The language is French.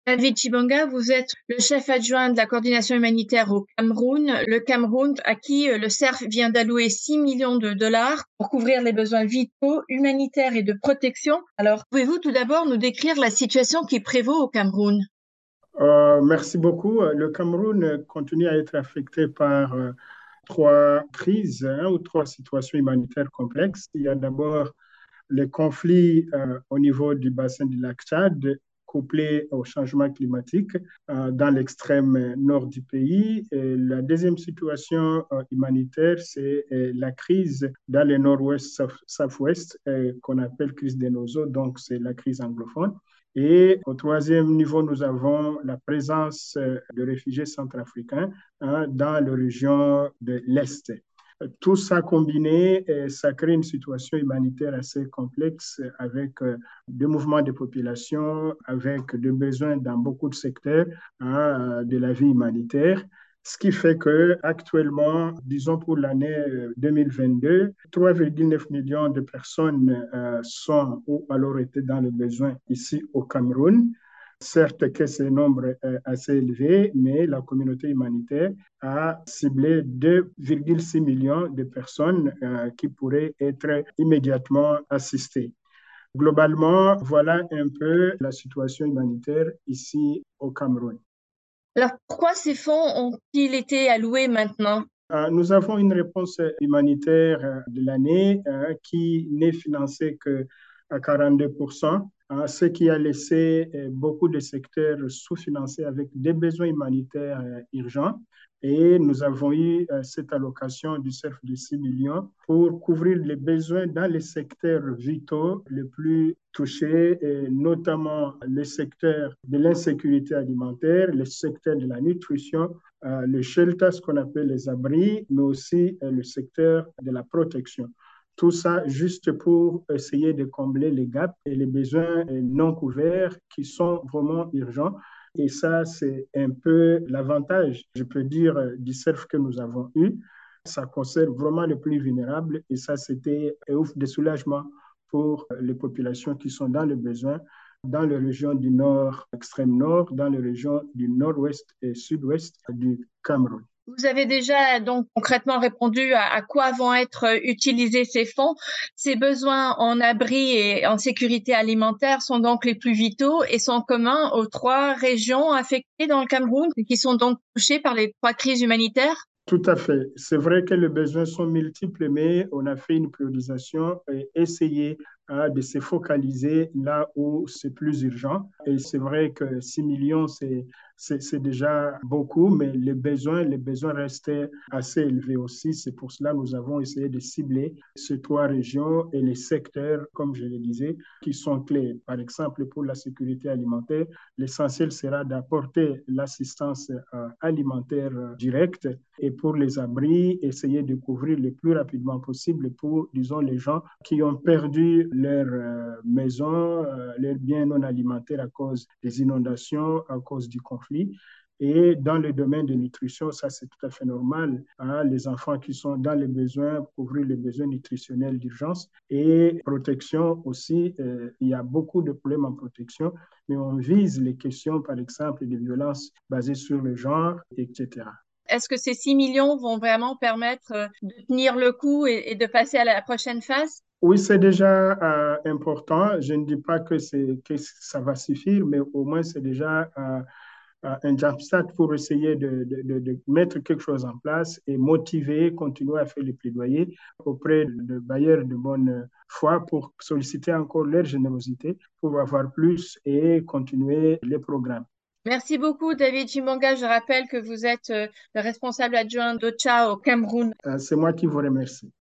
David Chibanga, vous êtes le chef adjoint de la coordination humanitaire au Cameroun. Le Cameroun, à qui le CERF vient d'allouer 6 millions de dollars pour couvrir les besoins vitaux, humanitaires et de protection. Alors, pouvez-vous tout d'abord nous décrire la situation qui prévaut au Cameroun? Merci beaucoup. Le Cameroun continue à être affecté par trois crises, hein, ou trois situations humanitaires complexes. Il y a d'abord les conflits au niveau du bassin du lac Tchad, couplés au changement climatique dans l'extrême nord du pays. Et la deuxième situation humanitaire, c'est la crise dans le nord-ouest, south-ouest, qu'on appelle crise des Nozo, donc c'est la crise anglophone. Et au troisième niveau, nous avons la présence de réfugiés centrafricains, hein, dans la région de l'Est. Tout ça combiné, ça crée une situation humanitaire assez complexe avec des mouvements de population, avec des besoins dans beaucoup de secteurs, hein, de la vie humanitaire. Ce qui fait que actuellement, disons pour l'année 2022, 3,9 millions de personnes sont ou alors étaient dans le besoin ici au Cameroun. Certes que ce nombre est assez élevé, mais la communauté humanitaire a ciblé 2,6 millions de personnes qui pourraient être immédiatement assistées. Globalement, voilà un peu la situation humanitaire ici au Cameroun. Alors, pourquoi ces fonds ont-ils été alloués maintenant? Nous avons une réponse humanitaire de l'année qui n'est financée que à 42%, ce qui a laissé beaucoup de secteurs sous-financés avec des besoins humanitaires urgents. Et nous avons eu cette allocation du CERF de 6 millions pour couvrir les besoins dans les secteurs vitaux les plus touchés, et notamment le secteur de l'insécurité alimentaire, le secteur de la nutrition, le shelter, ce qu'on appelle les abris, mais aussi le secteur de la protection. Tout ça juste pour essayer de combler les gaps et les besoins non couverts qui sont vraiment urgents. Et ça, c'est un peu l'avantage, je peux dire, du CERF que nous avons eu. Ça concerne vraiment les plus vulnérables et ça, c'était un ouf de soulagement pour les populations qui sont dans le besoin dans les régions du nord, extrême nord, dans les régions du nord-ouest et sud-ouest du Cameroun. Vous avez déjà donc concrètement répondu à quoi vont être utilisés ces fonds. Ces besoins en abri et en sécurité alimentaire sont donc les plus vitaux et sont communs aux trois régions affectées dans le Cameroun, qui sont donc touchées par les trois crises humanitaires. Tout à fait. C'est vrai que les besoins sont multiples, mais on a fait une priorisation et essayé de se focaliser là où c'est plus urgent. Et c'est vrai que 6 millions, c'est déjà beaucoup, mais les besoins restaient assez élevés aussi. C'est pour cela que nous avons essayé de cibler ces trois régions et les secteurs, comme je le disais, qui sont clés. Par exemple, pour la sécurité alimentaire, l'essentiel sera d'apporter l'assistance alimentaire directe et pour les abris, essayer de couvrir le plus rapidement possible pour, disons, les gens qui ont perdu leur maison, leurs biens non alimentaires à cause des inondations, à cause du conflit. Et dans le domaine de nutrition, ça c'est tout à fait normal, hein, les enfants qui sont dans les besoins, couvrir les besoins nutritionnels d'urgence et protection aussi. Il y a beaucoup de problèmes en protection, mais on vise les questions, par exemple, de violences basées sur le genre, etc. Est-ce que ces 6 millions vont vraiment permettre de tenir le coup et de passer à la prochaine phase? Oui, c'est déjà important. Je ne dis pas que ça va suffire, mais au moins c'est déjà un jumpstart pour essayer de mettre quelque chose en place et motiver, continuer à faire les plaidoyers auprès de bailleurs de bonne foi pour solliciter encore leur générosité pour avoir plus et continuer les programmes. Merci beaucoup, David Chimbanga. Je rappelle que vous êtes le responsable adjoint d'OCHA au Cameroun. C'est moi qui vous remercie.